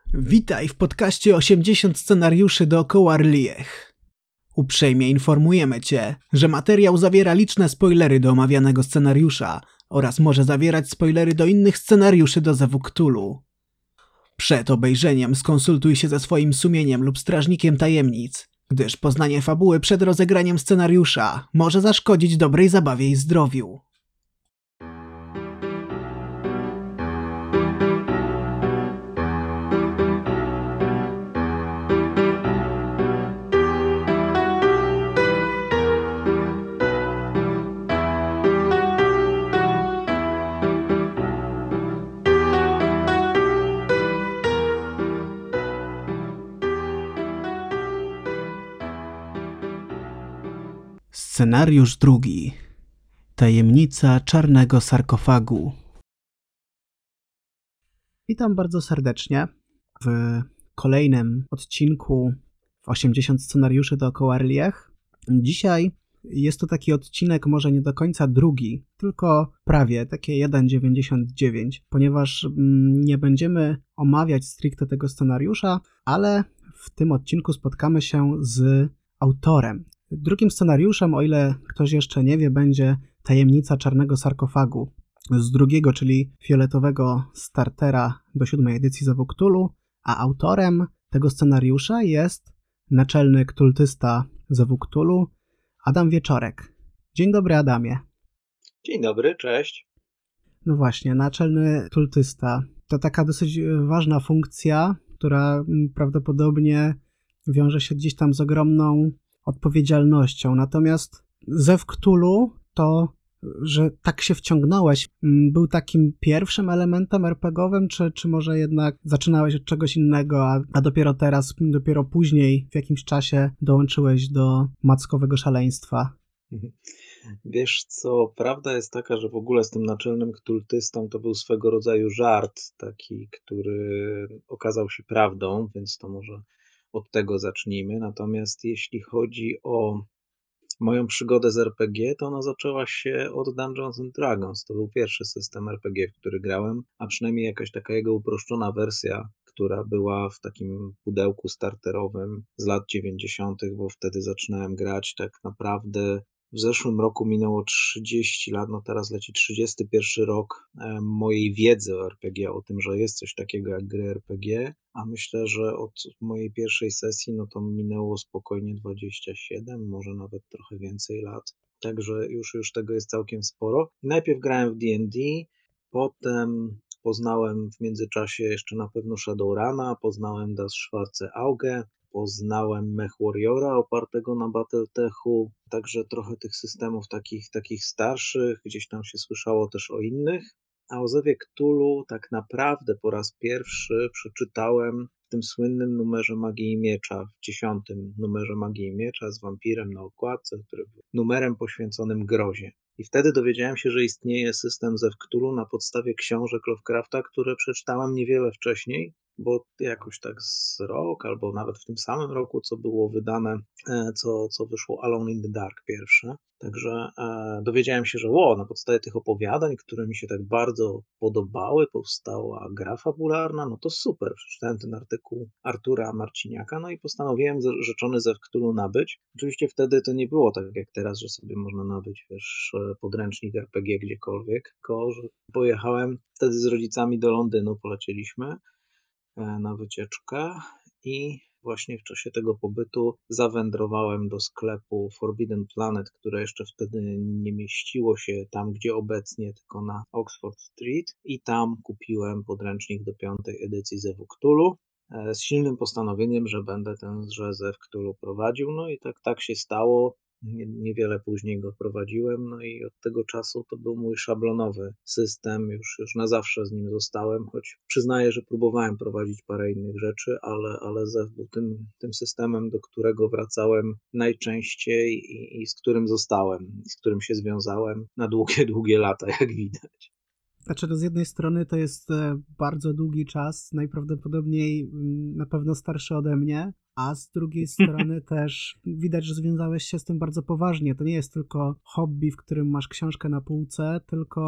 Witaj w podcaście 80 scenariuszy dookoła Rliech. Uprzejmie informujemy Cię, że materiał zawiera liczne spoilery do omawianego scenariusza oraz może zawierać spoilery do innych scenariuszy do Zewu Cthulhu. Przed obejrzeniem skonsultuj się ze swoim sumieniem lub strażnikiem tajemnic, gdyż poznanie fabuły przed rozegraniem scenariusza może zaszkodzić dobrej zabawie i zdrowiu. Scenariusz drugi. Tajemnica czarnego sarkofagu. Witam bardzo serdecznie w kolejnym odcinku w 80 scenariuszy dookoła Rliech. Dzisiaj jest to taki odcinek może nie do końca drugi, tylko prawie takie 1,99, ponieważ nie będziemy omawiać stricte tego scenariusza, ale w tym odcinku spotkamy się z autorem. Drugim scenariuszem, o ile ktoś jeszcze nie wie, będzie Tajemnica czarnego sarkofagu z drugiego, czyli fioletowego startera do 7. edycji Zewu Cthulhu, a autorem tego scenariusza jest naczelny ktultysta Zewu Cthulhu, Adam Wieczorek. Dzień dobry, Adamie. Dzień dobry, cześć. No właśnie, naczelny ktultysta to taka dosyć ważna funkcja, która prawdopodobnie wiąże się gdzieś tam z ogromną odpowiedzialnością. Natomiast Zew Cthulhu to, że tak się wciągnąłeś, był takim pierwszym elementem RPG-owym, czy może jednak zaczynałeś od czegoś innego, a dopiero teraz, dopiero później w jakimś czasie dołączyłeś do mackowego szaleństwa? Wiesz co, prawda jest taka, że w ogóle z tym naczelnym ktultystą to był swego rodzaju żart, taki, który okazał się prawdą, więc to może od tego zacznijmy. Natomiast jeśli chodzi o moją przygodę z RPG, to ona zaczęła się od Dungeons and Dragons. To był pierwszy system RPG, w który grałem, a przynajmniej jakaś taka jego uproszczona wersja, która była w takim pudełku starterowym z lat 90., bo wtedy zaczynałem grać tak naprawdę. W zeszłym roku minęło 30 lat, no teraz leci 31 rok mojej wiedzy o RPG, o tym, że jest coś takiego jak gry RPG, a myślę, że od mojej pierwszej sesji no to minęło spokojnie 27, może nawet trochę więcej lat, także już tego jest całkiem sporo. Najpierw grałem w D&D, potem poznałem w międzyczasie jeszcze na pewno Shadowruna, poznałem Das Schwarze Auge, poznałem Mech Warriora opartego na Battletechu, także trochę tych systemów takich starszych, gdzieś tam się słyszało też o innych. A o Zewie Cthulhu tak naprawdę po raz pierwszy przeczytałem w tym słynnym numerze Magii i Miecza, w 10. numerze Magii i Miecza z wampirem na okładce, który był numerem poświęconym grozie. I wtedy dowiedziałem się, że istnieje system Zew Cthulhu na podstawie książek Lovecrafta, które przeczytałem niewiele wcześniej, bo jakoś tak z rok, albo nawet w tym samym roku, co było wydane, co wyszło Alone in the Dark pierwsze. Także dowiedziałem się, że na podstawie tych opowiadań, które mi się tak bardzo podobały, powstała gra fabularna, no to super. Przeczytałem ten artykuł Artura Marciniaka, no i postanowiłem rzeczony Zew Cthulhu nabyć. Oczywiście wtedy to nie było tak jak teraz, że sobie można nabyć, podręcznik RPG gdziekolwiek, tylko że pojechałem wtedy z rodzicami do Londynu, polecieliśmy na wycieczkę i właśnie w czasie tego pobytu zawędrowałem do sklepu Forbidden Planet, które jeszcze wtedy nie mieściło się tam, gdzie obecnie, tylko na Oxford Street, i tam kupiłem podręcznik do 5. edycji Zewu Cthulhu z silnym postanowieniem, że będę tenże Zew Cthulhu prowadził, no i tak się stało. Niewiele później go prowadziłem, no i od tego czasu to był mój szablonowy system, już na zawsze z nim zostałem, choć przyznaję, że próbowałem prowadzić parę innych rzeczy, ale Zew był tym systemem, do którego wracałem najczęściej i z którym zostałem, z którym się związałem na długie lata, jak widać. Znaczy, to z jednej strony to jest bardzo długi czas, najprawdopodobniej na pewno starszy ode mnie, a z drugiej strony też widać, że związałeś się z tym bardzo poważnie. To nie jest tylko hobby, w którym masz książkę na półce, tylko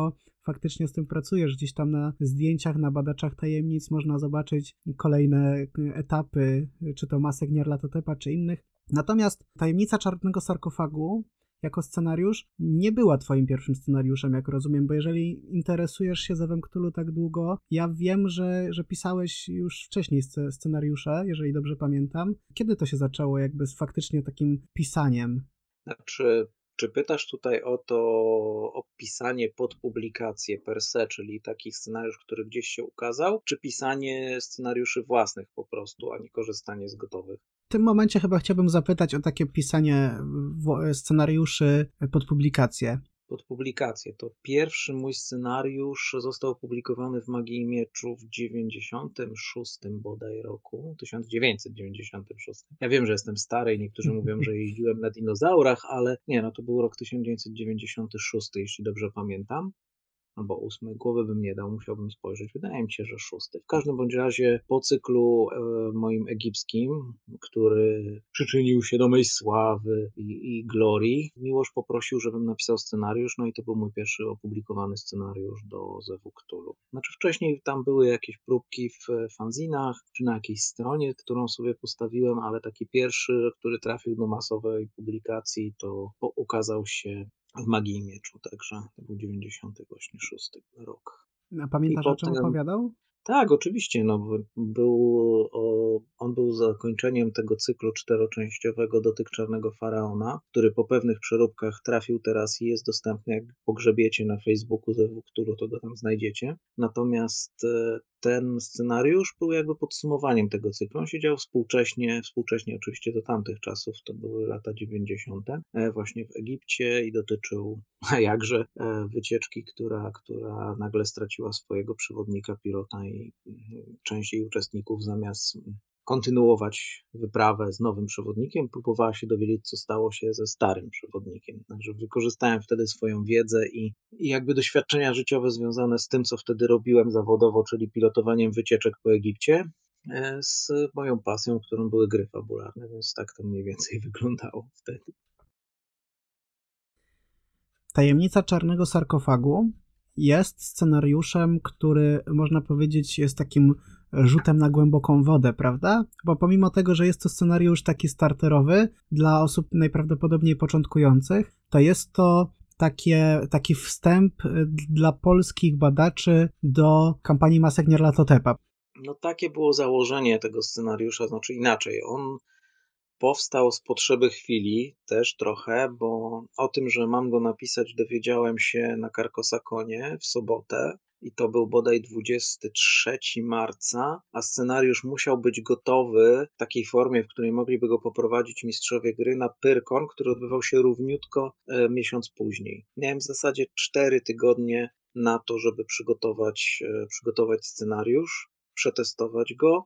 faktycznie z tym pracujesz. Gdzieś tam na zdjęciach, na badaczach tajemnic można zobaczyć kolejne etapy, czy to Masek Nyarlathotepa, czy innych. Natomiast Tajemnica Czarnego Sarkofagu jako scenariusz nie była twoim pierwszym scenariuszem, jak rozumiem, bo jeżeli interesujesz się Zewem Cthulhu tak długo, ja wiem, że pisałeś już wcześniej scenariusze, jeżeli dobrze pamiętam. Kiedy to się zaczęło jakby z faktycznie takim pisaniem? Znaczy, czy pytasz tutaj o pisanie pod publikację per se, czyli taki scenariusz, który gdzieś się ukazał, czy pisanie scenariuszy własnych po prostu, a nie korzystanie z gotowych? W tym momencie chyba chciałbym zapytać o takie pisanie scenariuszy pod publikację. Pod publikację. To pierwszy mój scenariusz został opublikowany w Magii i Mieczu w 96 bodaj roku, 1996. Ja wiem, że jestem stary i niektórzy mówią, że jeździłem na dinozaurach, ale nie, no to był rok 1996, jeśli dobrze pamiętam. Albo 8, głowy bym nie dał, musiałbym spojrzeć. Wydaje mi się, że 6. W każdym bądź razie po cyklu moim egipskim, który przyczynił się do mej sławy i glorii, Miłosz poprosił, żebym napisał scenariusz, no i to był mój pierwszy opublikowany scenariusz do Zewu Cthulhu. Znaczy wcześniej tam były jakieś próbki w fanzinach, czy na jakiejś stronie, którą sobie postawiłem, ale taki pierwszy, który trafił do masowej publikacji, to ukazał się w Magii i Mieczu, także to był 96 rok. A I pamiętasz, o czym potem, opowiadał? tak, oczywiście, no, on był zakończeniem tego cyklu czteroczęściowego Dotyk Czarnego Faraona, który po pewnych przeróbkach trafił teraz i jest dostępny, jak pogrzebiecie na Facebooku Zewu Cthulhu, to go tam znajdziecie. Natomiast ten scenariusz był jakby podsumowaniem tego cyklu. On się dział współcześnie oczywiście do tamtych czasów, to były lata 90., właśnie w Egipcie i dotyczył, a jakże, wycieczki, która nagle straciła swojego przewodnika, pilota i część jej uczestników zamiast kontynuować wyprawę z nowym przewodnikiem, próbowała się dowiedzieć, co stało się ze starym przewodnikiem. Także wykorzystałem wtedy swoją wiedzę i jakby doświadczenia życiowe związane z tym, co wtedy robiłem zawodowo, czyli pilotowaniem wycieczek po Egipcie, z moją pasją, którą były gry fabularne, więc tak to mniej więcej wyglądało wtedy. Tajemnica Czarnego Sarkofagu jest scenariuszem, który można powiedzieć jest takim rzutem na głęboką wodę, prawda? Bo pomimo tego, że jest to scenariusz taki starterowy dla osób najprawdopodobniej początkujących, to jest to taki wstęp dla polskich badaczy do kampanii Masek Nyarlathotepa. No takie było założenie tego scenariusza, znaczy inaczej. On powstał z potrzeby chwili też trochę, bo o tym, że mam go napisać, dowiedziałem się na Carcossaconie w sobotę i to był bodaj 23 marca, a scenariusz musiał być gotowy w takiej formie, w której mogliby go poprowadzić mistrzowie gry na Pyrkon, który odbywał się równiutko miesiąc później. Miałem w zasadzie 4 tygodnie na to, żeby przygotować scenariusz, przetestować go,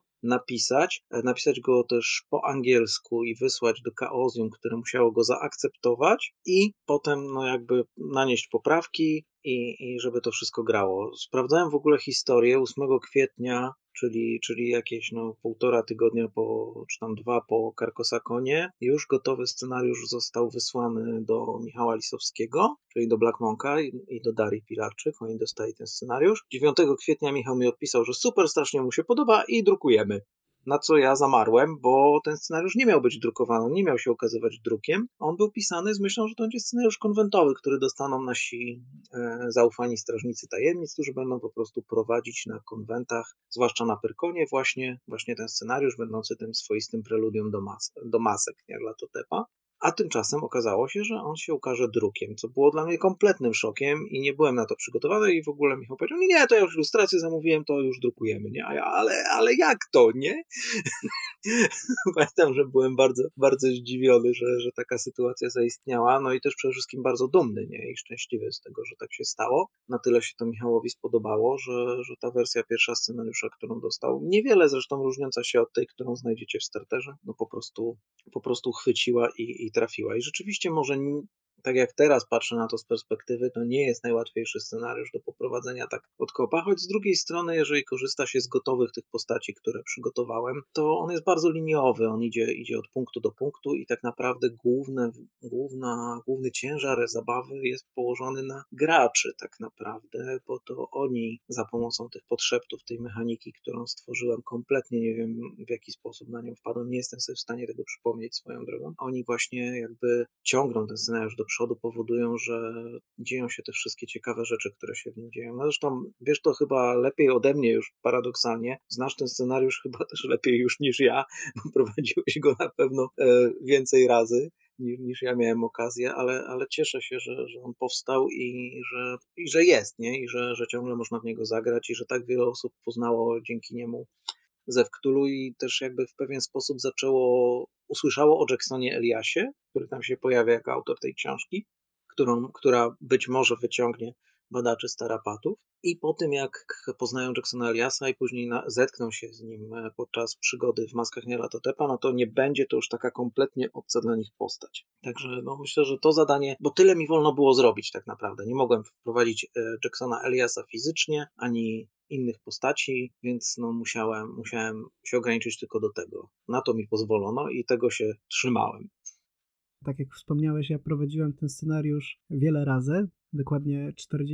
napisać go też po angielsku i wysłać do Chaosium, które musiało go zaakceptować i potem no jakby nanieść poprawki i żeby to wszystko grało. Sprawdzałem w ogóle historię 8 kwietnia, czyli jakieś no, 1,5 tygodnia czy tam 2 po Carcossaconie. Już gotowy scenariusz został wysłany do Michała Lisowskiego, czyli do Black Monka i do Darii Pilarczyk. Oni dostali ten scenariusz. 9 kwietnia Michał mi odpisał, że super, strasznie mu się podoba i drukujemy. Na co ja zamarłem, bo ten scenariusz nie miał być drukowany, nie miał się okazywać drukiem. On był pisany z myślą, że to będzie scenariusz konwentowy, który dostaną nasi zaufani strażnicy tajemnic, którzy będą po prostu prowadzić na konwentach, zwłaszcza na Pyrkonie, właśnie ten scenariusz, będący tym swoistym preludium do masek Nyarlathotepa. A tymczasem okazało się, że on się ukaże drukiem, co było dla mnie kompletnym szokiem i nie byłem na to przygotowany i w ogóle Michał powiedział, nie, to ja już ilustrację zamówiłem, to już drukujemy, nie? A ja, ale jak to, nie? Pamiętam, że byłem bardzo, bardzo zdziwiony, że taka sytuacja zaistniała, no i też przede wszystkim bardzo dumny, nie? I szczęśliwy z tego, że tak się stało. Na tyle się to Michałowi spodobało, że ta wersja pierwsza scenariusza, którą dostał, niewiele zresztą różniąca się od tej, którą znajdziecie w starterze, no po prostu chwyciła i trafiła. I rzeczywiście może tak jak teraz patrzę na to z perspektywy, to nie jest najłatwiejszy scenariusz do poprowadzenia tak od kopa, choć z drugiej strony, jeżeli korzysta się z gotowych tych postaci, które przygotowałem, to on jest bardzo liniowy, on idzie od punktu do punktu i tak naprawdę główny ciężar zabawy jest położony na graczy tak naprawdę, bo to oni za pomocą tych podszeptów, tej mechaniki, którą stworzyłem, kompletnie nie wiem w jaki sposób na nią wpadłem, nie jestem sobie w stanie tego przypomnieć swoją drogą. Oni właśnie jakby ciągną ten scenariusz do przodu, powodują, że dzieją się te wszystkie ciekawe rzeczy, które się w nim dzieją. No zresztą wiesz to chyba lepiej ode mnie już paradoksalnie. Znasz ten scenariusz chyba też lepiej już niż ja, bo prowadziłeś go na pewno więcej razy niż ja miałem okazję, ale cieszę się, że on powstał i że jest, nie? I że ciągle można w niego zagrać i że tak wiele osób poznało dzięki niemu ze Cthulhu i też jakby w pewien sposób usłyszało o Jacksonie Eliasie, który tam się pojawia jako autor tej książki, która być może wyciągnie badaczy z tarapatów. I po tym jak poznają Jacksona Eliasa i później zetkną się z nim podczas przygody w Maskach Nyarlathotepa, no to nie będzie to już taka kompletnie obca dla nich postać. Także no myślę, że to zadanie, bo tyle mi wolno było zrobić tak naprawdę. Nie mogłem wprowadzić Jacksona Eliasa fizycznie, ani innych postaci, więc no musiałem się ograniczyć tylko do tego. Na to mi pozwolono i tego się trzymałem. Tak jak wspomniałeś, ja prowadziłem ten scenariusz wiele razy. Dokładnie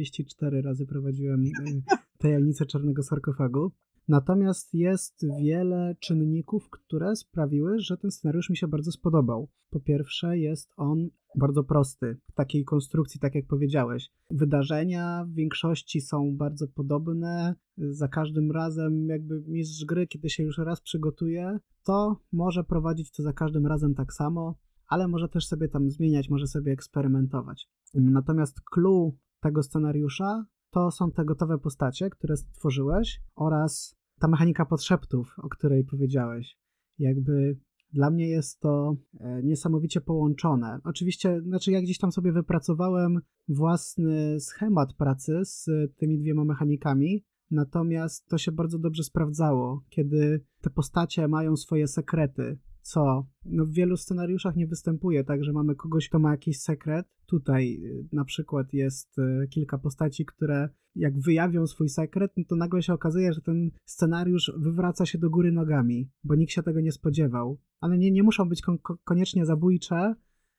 44 razy prowadziłem Tajemnicę Czarnego Sarkofagu. Natomiast jest wiele czynników, które sprawiły, że ten scenariusz mi się bardzo spodobał. Po pierwsze, jest on bardzo prosty w takiej konstrukcji, tak jak powiedziałeś. Wydarzenia w większości są bardzo podobne. Za każdym razem jakby mistrz gry, kiedy się już raz przygotuje, to może prowadzić to za każdym razem tak samo, ale może też sobie tam zmieniać, może sobie eksperymentować. Natomiast clue tego scenariusza to są te gotowe postacie, które stworzyłeś oraz ta mechanika podszeptów, o której powiedziałeś. Jakby dla mnie jest to niesamowicie połączone. Oczywiście, ja gdzieś tam sobie wypracowałem własny schemat pracy z tymi dwiema mechanikami, natomiast to się bardzo dobrze sprawdzało, kiedy te postacie mają swoje sekrety, co w wielu scenariuszach nie występuje, tak, że mamy kogoś, kto ma jakiś sekret. Tutaj na przykład jest kilka postaci, które jak wyjawią swój sekret, no to nagle się okazuje, że ten scenariusz wywraca się do góry nogami, bo nikt się tego nie spodziewał. Ale nie muszą być koniecznie zabójcze,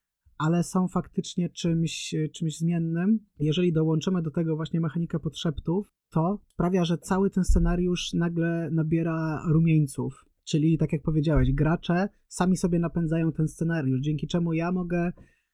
ale są faktycznie czymś zmiennym. Jeżeli dołączymy do tego właśnie mechanikę podszeptów, to sprawia, że cały ten scenariusz nagle nabiera rumieńców. Czyli tak jak powiedziałeś, gracze sami sobie napędzają ten scenariusz, dzięki czemu ja mogę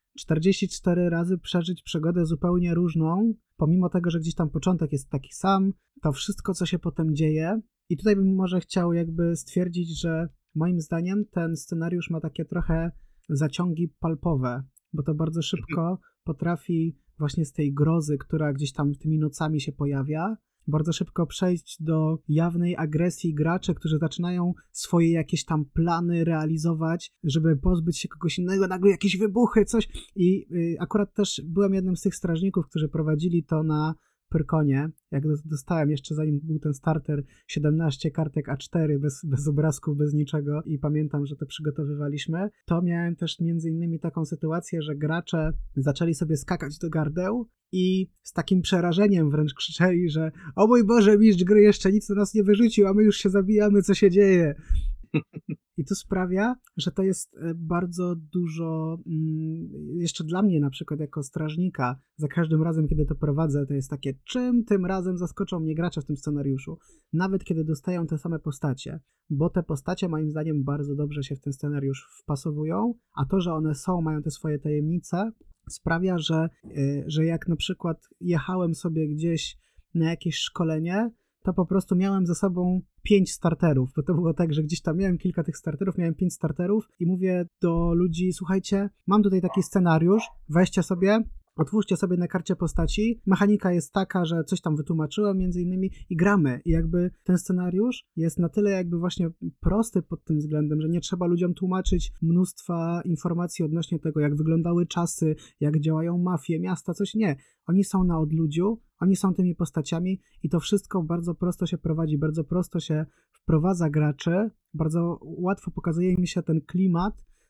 44 razy przeżyć przygodę zupełnie różną, pomimo tego, że gdzieś tam początek jest taki sam, to wszystko, co się potem dzieje. I tutaj bym może chciał jakby stwierdzić, że moim zdaniem ten scenariusz ma takie trochę zaciągi palpowe, bo to bardzo szybko potrafi właśnie z tej grozy, która gdzieś tam tymi nocami się pojawia, bardzo szybko przejść do jawnej agresji graczy, którzy zaczynają swoje jakieś tam plany realizować, żeby pozbyć się kogoś innego, nagle jakieś wybuchy, coś. I akurat też byłem jednym z tych strażników, którzy prowadzili to na Pyrkonie. Jak dostałem jeszcze zanim był ten starter 17 kartek A4 bez obrazków, bez niczego i pamiętam, że to przygotowywaliśmy, to miałem też między innymi taką sytuację, że gracze zaczęli sobie skakać do gardeł i z takim przerażeniem wręcz krzyczeli, że o mój Boże, mistrz gry jeszcze nic do nas nie wyrzucił, a my już się zabijamy, co się dzieje. I to sprawia, że to jest bardzo dużo, jeszcze dla mnie na przykład jako strażnika, za każdym razem, kiedy to prowadzę, to jest takie, czym tym razem zaskoczą mnie gracze w tym scenariuszu, nawet kiedy dostają te same postacie, bo te postacie moim zdaniem bardzo dobrze się w ten scenariusz wpasowują, a to, że one mają te swoje tajemnice, sprawia, że jak na przykład jechałem sobie gdzieś na jakieś szkolenie, to po prostu miałem ze sobą 5 starterów, bo to było tak, że gdzieś tam miałem kilka tych starterów, miałem 5 starterów i mówię do ludzi, słuchajcie, mam tutaj taki scenariusz, weźcie sobie, otwórzcie sobie na karcie postaci, mechanika jest taka, że coś tam wytłumaczyłem między innymi i gramy. I jakby ten scenariusz jest na tyle jakby właśnie prosty pod tym względem, że nie trzeba ludziom tłumaczyć mnóstwa informacji odnośnie tego, jak wyglądały czasy, jak działają mafie, miasta, coś nie. Oni są na odludziu, oni są tymi postaciami i to wszystko bardzo prosto się prowadzi, bardzo prosto się wprowadza graczy, bardzo łatwo pokazuje mi się ten klimat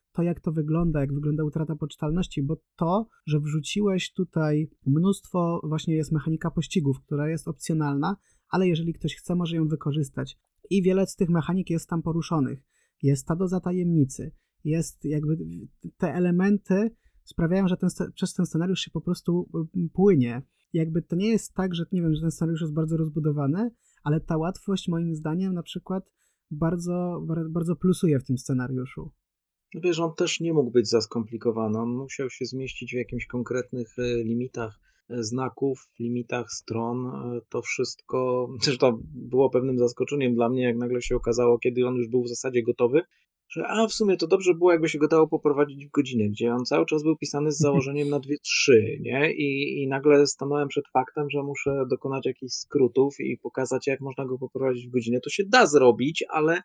to, jak wygląda utrata poczytalności, bo to, że wrzuciłeś tutaj mnóstwo, właśnie jest mechanika pościgów, która jest opcjonalna, ale jeżeli ktoś chce, może ją wykorzystać. I wiele z tych mechanik jest tam poruszonych. Jest ta doza tajemnicy, jest jakby te elementy sprawiają, że przez ten scenariusz się po prostu płynie. Jakby to nie jest tak, że nie wiem, że ten scenariusz jest bardzo rozbudowany, ale ta łatwość moim zdaniem na przykład bardzo, bardzo plusuje w tym scenariuszu. No wiesz, on też nie mógł być za skomplikowany. On musiał się zmieścić w jakimś konkretnych limitach znaków, limitach stron. To wszystko, zresztą było pewnym zaskoczeniem dla mnie, jak nagle się okazało, kiedy on już był w zasadzie gotowy, że w sumie to dobrze było, jakby się go dało poprowadzić w godzinę, gdzie on cały czas był pisany z założeniem na 2-3, nie? I nagle stanąłem przed faktem, że muszę dokonać jakichś skrótów i pokazać, jak można go poprowadzić w godzinę. To się da zrobić, ale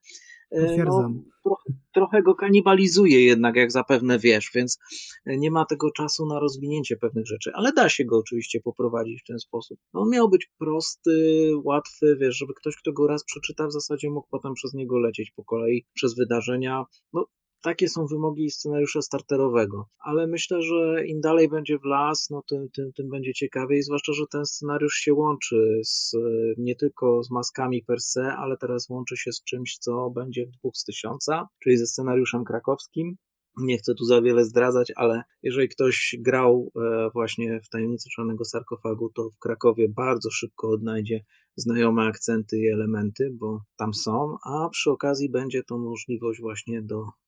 no, Potwierdzam. trochę go kanibalizuje jednak, jak zapewne wiesz, więc nie ma tego czasu na rozwinięcie pewnych rzeczy, ale da się go oczywiście poprowadzić w ten sposób. No, on miał być prosty, łatwy, wiesz, żeby ktoś, kto go raz przeczyta, w zasadzie mógł potem przez niego lecieć po kolei, przez wydarzenia. No, takie są wymogi scenariusza starterowego, ale myślę, że im dalej będzie w las, no tym będzie ciekawiej, zwłaszcza, że ten scenariusz się łączy nie tylko z maskami per se, ale teraz łączy się z czymś, co będzie w 2 z 1000, czyli ze scenariuszem krakowskim. Nie chcę tu za wiele zdradzać, ale jeżeli ktoś grał właśnie w Tajemnicy Czarnego Sarkofagu, to w Krakowie bardzo szybko odnajdzie znajome akcenty i elementy, bo tam są, a przy okazji będzie to możliwość właśnie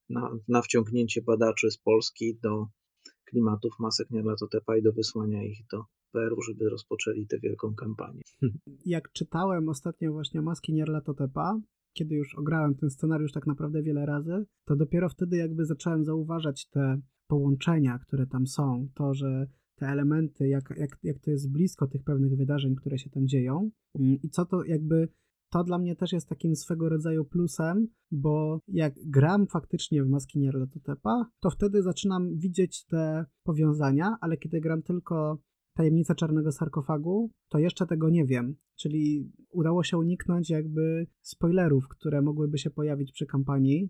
na wciągnięcie badaczy z Polski do klimatów masek Nyarlathotepa i do wysłania ich do Peru, żeby rozpoczęli tę wielką kampanię. Jak czytałem ostatnio właśnie Maski Nyarlathotepa, kiedy już ograłem ten scenariusz tak naprawdę wiele razy, to dopiero wtedy jakby zacząłem zauważać te połączenia, które tam są, to, że te elementy, jak to jest blisko tych pewnych wydarzeń, które się tam dzieją i co to jakby, to dla mnie też jest takim swego rodzaju plusem, bo jak gram faktycznie w Maski Nyarlathotepa, to wtedy zaczynam widzieć te powiązania, ale kiedy gram tylko Tajemnica Czarnego Sarkofagu, to jeszcze tego nie wiem, czyli udało się uniknąć jakby spoilerów, które mogłyby się pojawić przy kampanii.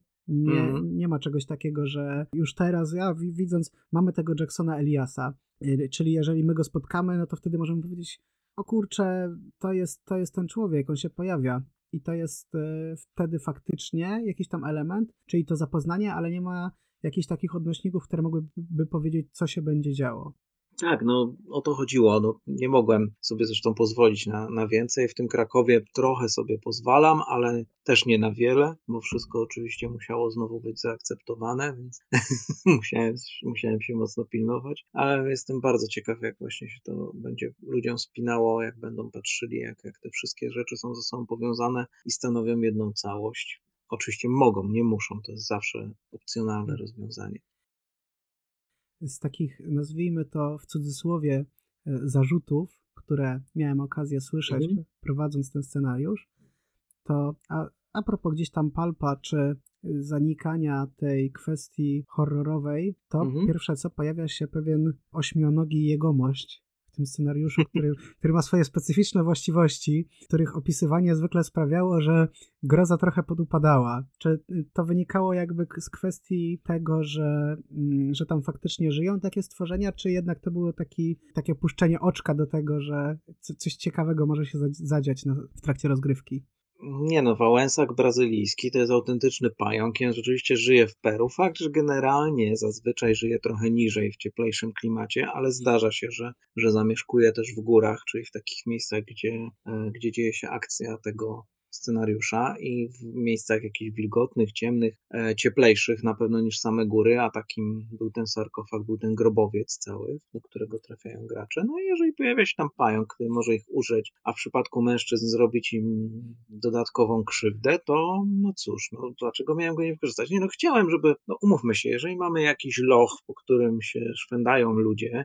Nie ma czegoś takiego, że już teraz, widząc, mamy tego Jacksona Eliasa, czyli jeżeli my go spotkamy, no to wtedy możemy powiedzieć, o kurczę, to jest ten człowiek, on się pojawia. I to jest wtedy faktycznie jakiś tam element, czyli to zapoznanie, ale nie ma jakichś takich odnośników, które mogłyby powiedzieć, co się będzie działo. Tak, no o to chodziło. No, nie mogłem sobie zresztą pozwolić na więcej. W tym Krakowie trochę sobie pozwalam, ale też nie na wiele, bo wszystko oczywiście musiało znowu być zaakceptowane, więc musiałem się mocno pilnować. Ale jestem bardzo ciekaw, jak właśnie się to będzie ludziom spinało, jak będą patrzyli, jak te wszystkie rzeczy są ze sobą powiązane i stanowią jedną całość. Oczywiście mogą, nie muszą, to jest zawsze opcjonalne rozwiązanie. Z takich, nazwijmy to w cudzysłowie, zarzutów, które miałem okazję słyszeć prowadząc ten scenariusz, to a propos gdzieś tam palpa czy zanikania tej kwestii horrorowej, to pierwsze co pojawia się pewien ośmionogi jegomość w tym scenariuszu, który ma swoje specyficzne właściwości, których opisywanie zwykle sprawiało, że groza trochę podupadała. Czy to wynikało jakby z kwestii tego, że tam faktycznie żyją takie stworzenia, czy jednak to było takie puszczenie oczka do tego, że coś ciekawego może się zadziać w trakcie rozgrywki? Nie no, wałęsak brazylijski to jest autentyczny pająk i on rzeczywiście żyje w Peru. Fakt, że generalnie zazwyczaj żyje trochę niżej, w cieplejszym klimacie, ale zdarza się, że zamieszkuje też w górach, czyli w takich miejscach, gdzie dzieje się akcja tego scenariusza i w miejscach jakichś wilgotnych, ciemnych, cieplejszych na pewno niż same góry, a takim był ten sarkofag, był ten grobowiec cały, do którego trafiają gracze. No i jeżeli pojawia się tam pająk, który może ich użyć, a w przypadku mężczyzn zrobić im dodatkową krzywdę, to no cóż, no dlaczego miałem go nie wykorzystać? Nie no, chciałem, żeby, no umówmy się, jeżeli mamy jakiś loch, po którym się szwędają ludzie,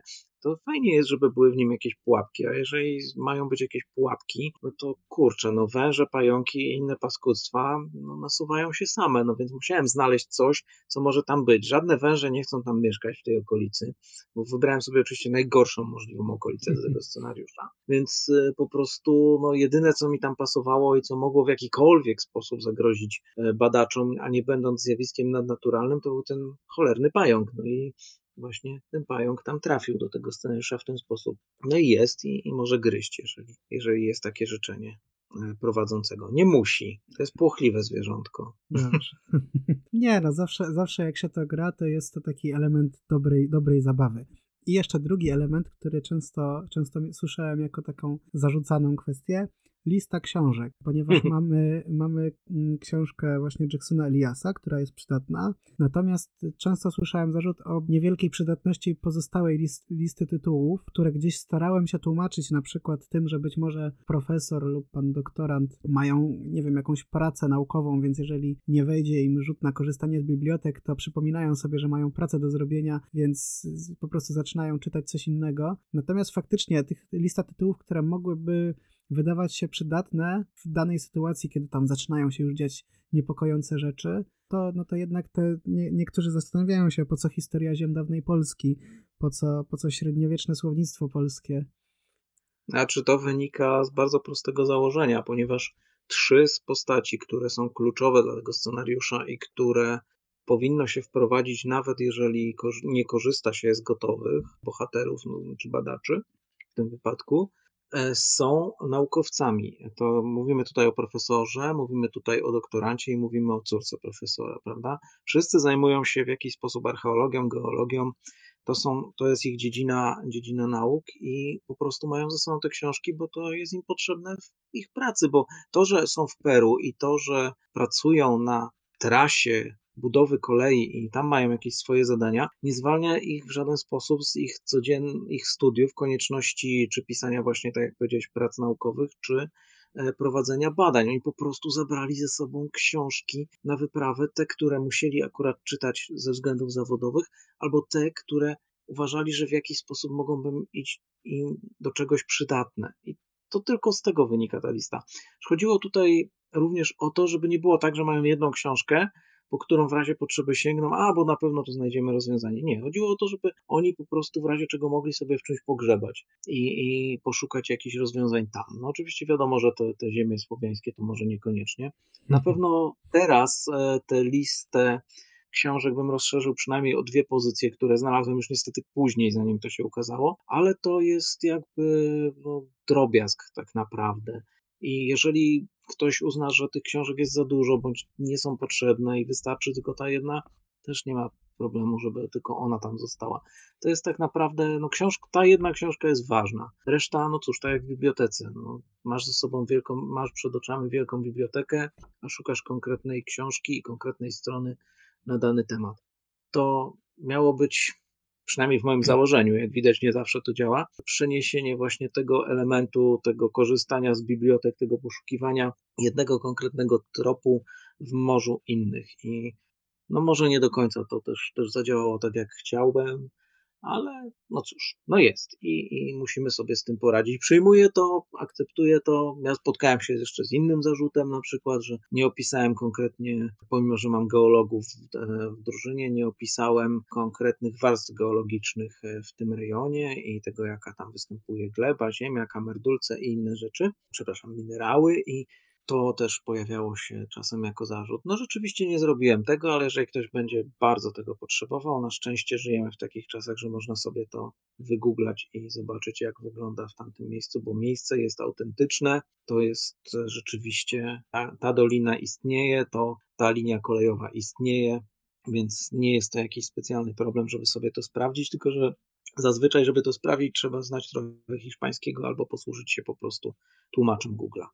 to fajnie jest, żeby były w nim jakieś pułapki, a jeżeli mają być jakieś pułapki, no to kurczę, no węże, pająki i inne paskudztwa no, nasuwają się same, no więc musiałem znaleźć coś, co może tam być. Żadne węże nie chcą tam mieszkać w tej okolicy, bo wybrałem sobie oczywiście najgorszą możliwą okolicę do tego scenariusza, więc po prostu no jedyne, co mi tam pasowało i co mogło w jakikolwiek sposób zagrozić badaczom, a nie będąc zjawiskiem nadnaturalnym, to był ten cholerny pająk. No i właśnie ten pająk tam trafił do tego scenariusza w ten sposób. No i jest i może gryźć, jeżeli jest takie życzenie prowadzącego. Nie musi. To jest płochliwe zwierzątko. Dobrze. Nie, no zawsze jak się to gra, to jest to taki element dobrej zabawy. I jeszcze drugi element, który często słyszałem jako taką zarzucaną kwestię, lista książek, ponieważ mamy książkę właśnie Jacksona Eliasa, która jest przydatna, natomiast często słyszałem zarzut o niewielkiej przydatności pozostałej listy tytułów, które gdzieś starałem się tłumaczyć na przykład tym, że być może profesor lub pan doktorant mają, nie wiem, jakąś pracę naukową, więc jeżeli nie wejdzie im rzut na korzystanie z bibliotek, to przypominają sobie, że mają pracę do zrobienia, więc po prostu zaczynają czytać coś innego. Natomiast faktycznie lista tytułów, które mogłyby wydawać się przydatne w danej sytuacji, kiedy tam zaczynają się już dziać niepokojące rzeczy, to jednak niektórzy zastanawiają się, po co historia ziem dawnej Polski, po co średniowieczne słownictwo polskie. Znaczy to wynika z bardzo prostego założenia, ponieważ 3 z postaci, które są kluczowe dla tego scenariusza i które powinno się wprowadzić, nawet jeżeli nie korzysta się z gotowych bohaterów czy badaczy w tym wypadku, są naukowcami. To mówimy tutaj o profesorze, mówimy tutaj o doktorancie i mówimy o córce profesora, prawda? Wszyscy zajmują się w jakiś sposób archeologią, geologią. To jest ich dziedzina nauk i po prostu mają ze sobą te książki, bo to jest im potrzebne w ich pracy, bo to, że są w Peru i to, że pracują na trasie budowy kolei i tam mają jakieś swoje zadania, nie zwalnia ich w żaden sposób z ich studiów, konieczności czy pisania właśnie, tak jak powiedziałeś, prac naukowych, czy prowadzenia badań. Oni po prostu zabrali ze sobą książki na wyprawę, te, które musieli akurat czytać ze względów zawodowych, albo te, które uważali, że w jakiś sposób mogą być im do czegoś przydatne. I to tylko z tego wynika ta lista. Chodziło tutaj również o to, żeby nie było tak, że mają jedną książkę, po którą w razie potrzeby sięgną, bo na pewno tu znajdziemy rozwiązanie. Nie, chodziło o to, żeby oni po prostu w razie czego mogli sobie w czymś pogrzebać i poszukać jakichś rozwiązań tam. No oczywiście wiadomo, że te ziemie słowiańskie to może niekoniecznie. Na pewno teraz tę listę książek bym rozszerzył przynajmniej o 2 pozycje, które znalazłem już niestety później, zanim to się ukazało, ale to jest jakby drobiazg tak naprawdę. I jeżeli ktoś uzna, że tych książek jest za dużo, bądź nie są potrzebne i wystarczy tylko ta jedna, też nie ma problemu, żeby tylko ona tam została. To jest tak naprawdę, ta jedna książka jest ważna. Reszta, no cóż, tak jak w bibliotece. Masz ze sobą masz przed oczami wielką bibliotekę, a szukasz konkretnej książki i konkretnej strony na dany temat. To miało być, przynajmniej w moim założeniu, jak widać nie zawsze to działa, przeniesienie właśnie tego elementu, tego korzystania z bibliotek, tego poszukiwania jednego konkretnego tropu w morzu innych. I może nie do końca to też zadziałało tak, jak chciałbym, ale no cóż, jest i musimy sobie z tym poradzić. Przyjmuję to, akceptuję to. Ja spotkałem się jeszcze z innym zarzutem, na przykład, że nie opisałem konkretnie, pomimo że mam geologów w drużynie, nie opisałem konkretnych warstw geologicznych w tym rejonie i tego, jaka tam występuje gleba, ziemia, kamerdulce i inne rzeczy, minerały i to też pojawiało się czasem jako zarzut. Rzeczywiście nie zrobiłem tego, ale jeżeli ktoś będzie bardzo tego potrzebował, na szczęście żyjemy w takich czasach, że można sobie to wygooglać i zobaczyć, jak wygląda w tamtym miejscu, bo miejsce jest autentyczne, to jest rzeczywiście, ta dolina istnieje, ta linia kolejowa istnieje, więc nie jest to jakiś specjalny problem, żeby sobie to sprawdzić, tylko że zazwyczaj, żeby to sprawdzić, trzeba znać trochę hiszpańskiego albo posłużyć się po prostu tłumaczem Google'a.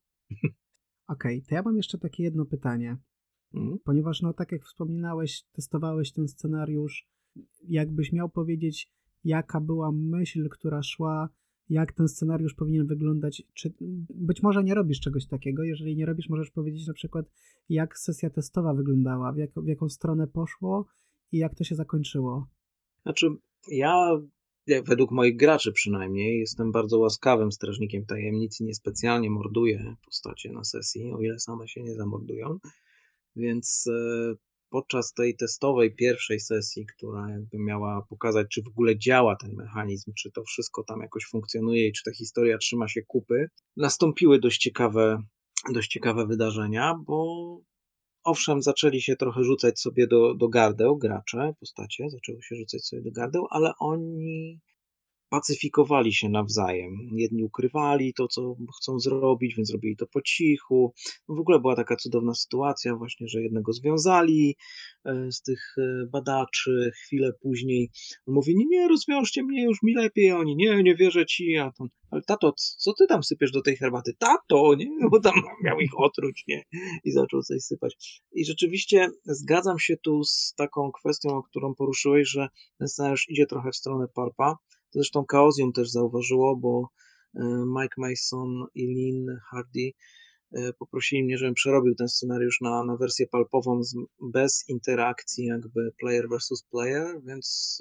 Okej, to ja mam jeszcze takie jedno pytanie. Ponieważ, tak jak wspominałeś, testowałeś ten scenariusz, jakbyś miał powiedzieć, jaka była myśl, która szła, jak ten scenariusz powinien wyglądać, czy być może nie robisz czegoś takiego, jeżeli nie robisz, możesz powiedzieć na przykład, jak sesja testowa wyglądała, w jaką stronę poszło i jak to się zakończyło. Znaczy, ja Ja według moich graczy przynajmniej jestem bardzo łaskawym strażnikiem tajemnic i niespecjalnie morduję postacie na sesji, o ile same się nie zamordują. Więc podczas tej testowej pierwszej sesji, która jakby miała pokazać, czy w ogóle działa ten mechanizm, czy to wszystko tam jakoś funkcjonuje i czy ta historia trzyma się kupy, nastąpiły dość ciekawe wydarzenia, bo owszem, zaczęli się trochę rzucać sobie do gardeł gracze, postacie zaczęły się rzucać sobie do gardeł, ale oni pacyfikowali się nawzajem. Jedni ukrywali to, co chcą zrobić, więc robili to po cichu. No w ogóle była taka cudowna sytuacja właśnie, że jednego związali z tych badaczy. Chwilę później on mówi, nie, nie, rozwiążcie mnie, już mi lepiej. A oni, nie, nie wierzę ci. A to, ale tato, co ty tam sypiesz do tej herbaty? Tato, nie? No bo tam miał ich otruć, nie? I zaczął coś sypać. I rzeczywiście zgadzam się tu z taką kwestią, o którą poruszyłeś, że ten scenariusz idzie trochę w stronę pulpa. To zresztą Chaosium też zauważyło, bo Mike Mason i Lynn Hardy poprosili mnie, żebym przerobił ten scenariusz na wersję pulpową bez interakcji jakby player versus player, więc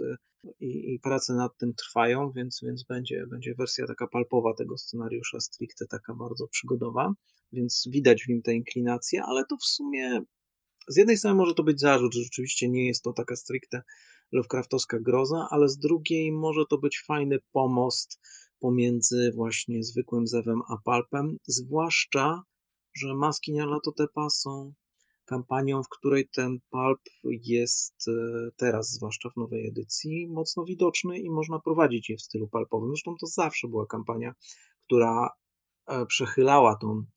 i prace nad tym trwają, więc będzie wersja taka pulpowa tego scenariusza, stricte taka bardzo przygodowa, więc widać w nim te inklinacje, ale to w sumie z jednej strony może to być zarzut, że rzeczywiście nie jest to taka stricte Lovecraftowska groza, ale z drugiej może to być fajny pomost pomiędzy właśnie zwykłym zewem a pulpem, zwłaszcza, że Maski Nyarlathotepa są kampanią, w której ten pulp jest teraz, zwłaszcza w nowej edycji, mocno widoczny i można prowadzić je w stylu pulpowym. Zresztą to zawsze była kampania, która przechylała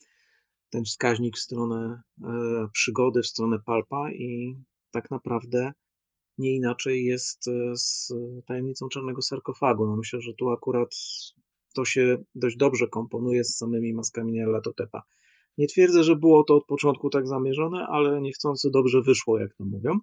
ten wskaźnik w stronę przygody, w stronę pulpa i tak naprawdę nie inaczej jest z tajemnicą czarnego sarkofagu. No myślę, że tu akurat to się dość dobrze komponuje z samymi maskami Nyarlathotepa. Nie twierdzę, że było to od początku tak zamierzone, ale niechcący dobrze wyszło, jak to mówią.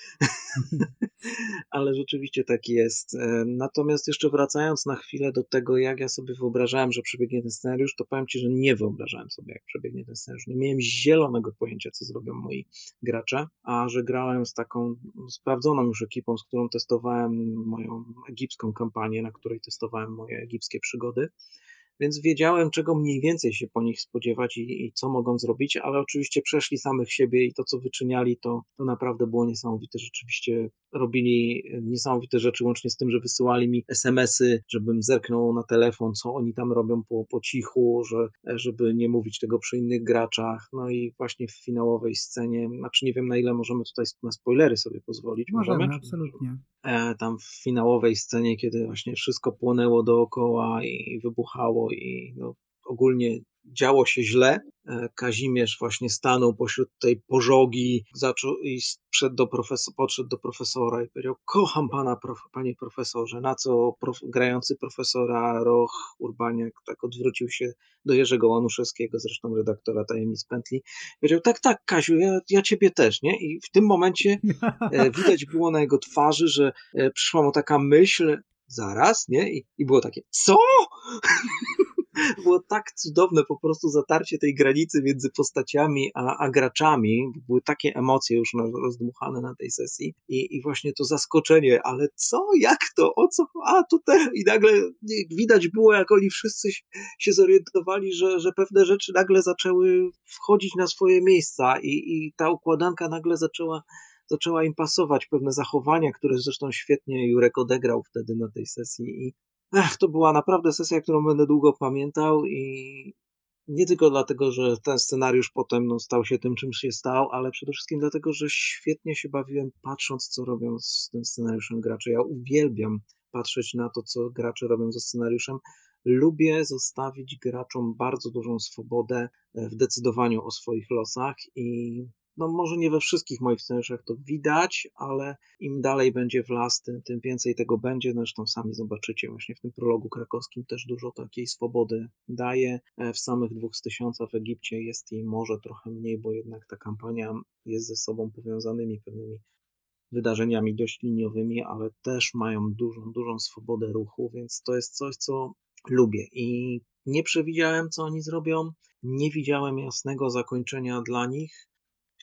Ale rzeczywiście tak jest. Natomiast jeszcze wracając na chwilę do tego, jak ja sobie wyobrażałem, że przebiegnie ten scenariusz, to powiem Ci, że nie wyobrażałem sobie, jak przebiegnie ten scenariusz. Nie miałem zielonego pojęcia, co zrobią moi gracze, a że grałem z taką sprawdzoną już ekipą, z którą testowałem moją egipską kampanię, na której testowałem moje egipskie przygody, więc wiedziałem, czego mniej więcej się po nich spodziewać i co mogą zrobić, ale oczywiście przeszli samych siebie i to, co wyczyniali, to naprawdę było niesamowite. Rzeczywiście robili niesamowite rzeczy, łącznie z tym, że wysyłali mi SMS-y, żebym zerknął na telefon, co oni tam robią po cichu, żeby nie mówić tego przy innych graczach. No i właśnie w finałowej scenie, znaczy nie wiem, na ile możemy tutaj na spoilery sobie pozwolić. Możemy? Możemy, absolutnie. Tam w finałowej scenie, kiedy właśnie wszystko płonęło dookoła i wybuchało i no, ogólnie działo się źle. Kazimierz właśnie stanął pośród tej pożogi, zaczął i podszedł do profesora i powiedział: kocham pana, panie profesorze, na co grający profesora Roch Urbaniak tak odwrócił się do Jerzego Łanuszewskiego, zresztą redaktora Tajemnic Pętli, powiedział: tak, tak, Kaziu, ja ciebie też, nie? I w tym momencie widać było na jego twarzy, że przyszła mu taka myśl, zaraz, nie? I było takie, co? Było tak cudowne po prostu zatarcie tej granicy między postaciami a graczami. Były takie emocje już rozdmuchane na tej sesji i właśnie to zaskoczenie, ale co? Jak to? O co? A tutaj i nagle widać było, jak oni wszyscy się zorientowali, że pewne rzeczy nagle zaczęły wchodzić na swoje miejsca i ta układanka nagle zaczęła im pasować, pewne zachowania, które zresztą świetnie Jurek odegrał wtedy na tej sesji. To była naprawdę sesja, którą będę długo pamiętał i nie tylko dlatego, że ten scenariusz potem no, stał się tym, czym się stał, ale przede wszystkim dlatego, że świetnie się bawiłem patrząc, co robią z tym scenariuszem gracze. Ja uwielbiam patrzeć na to, co gracze robią ze scenariuszem. Lubię zostawić graczom bardzo dużą swobodę w decydowaniu o swoich losach i no może nie we wszystkich moich scenariuszach to widać, ale im dalej będzie w las, tym więcej tego będzie. Zresztą sami zobaczycie, właśnie w tym prologu krakowskim też dużo takiej swobody daje. W samych 2000 w Egipcie jest jej może trochę mniej, bo jednak ta kampania jest ze sobą powiązanymi pewnymi wydarzeniami dość liniowymi, ale też mają dużą swobodę ruchu, więc to jest coś, co lubię i nie przewidziałem, co oni zrobią, nie widziałem jasnego zakończenia dla nich.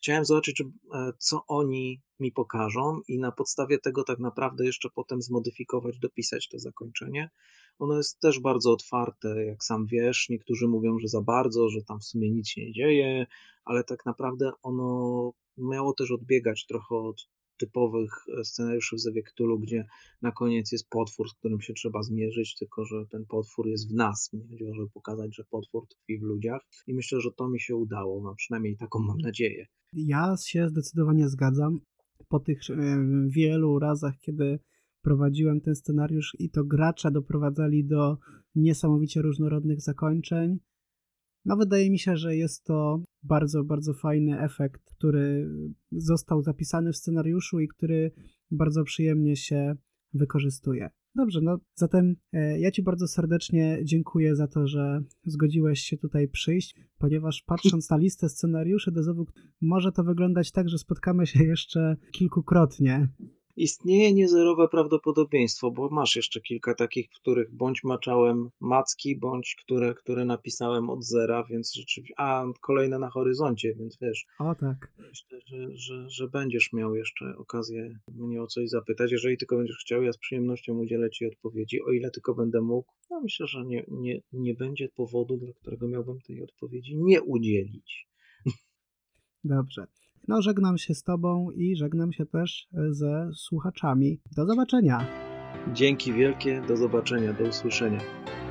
chciałem zobaczyć, co oni mi pokażą i na podstawie tego tak naprawdę jeszcze potem zmodyfikować, dopisać to zakończenie. Ono jest też bardzo otwarte, jak sam wiesz. Niektórzy mówią, że za bardzo, że tam w sumie nic się nie dzieje, ale tak naprawdę ono miało też odbiegać trochę od typowych scenariuszy w Zewie Cthulhu, gdzie na koniec jest potwór, z którym się trzeba zmierzyć, tylko że ten potwór jest w nas. Mnie chodziło, żeby pokazać, że potwór tkwi w ludziach i myślę, że to mi się udało. No, przynajmniej taką mam nadzieję. Ja się zdecydowanie zgadzam. Po tych wielu razach, kiedy prowadziłem ten scenariusz i to gracze doprowadzali do niesamowicie różnorodnych zakończeń, no wydaje mi się, że jest to bardzo, bardzo fajny efekt, który został zapisany w scenariuszu i który bardzo przyjemnie się wykorzystuje. Dobrze, no zatem ja Ci bardzo serdecznie dziękuję za to, że zgodziłeś się tutaj przyjść, ponieważ patrząc na listę scenariuszy do Zewu, może to wyglądać tak, że spotkamy się jeszcze kilkukrotnie. Istnieje niezerowe prawdopodobieństwo, bo masz jeszcze kilka takich, w których bądź maczałem macki, bądź które napisałem od zera, więc rzeczywiście. A kolejne na horyzoncie, więc wiesz, O tak. myślę, że będziesz miał jeszcze okazję mnie o coś zapytać. Jeżeli tylko będziesz chciał, ja z przyjemnością udzielę Ci odpowiedzi, o ile tylko będę mógł. No myślę, że nie będzie powodu, dla którego miałbym tej odpowiedzi nie udzielić. Dobrze. No, żegnam się z Tobą i żegnam się też ze słuchaczami. Do zobaczenia. Dzięki wielkie, do zobaczenia, do usłyszenia.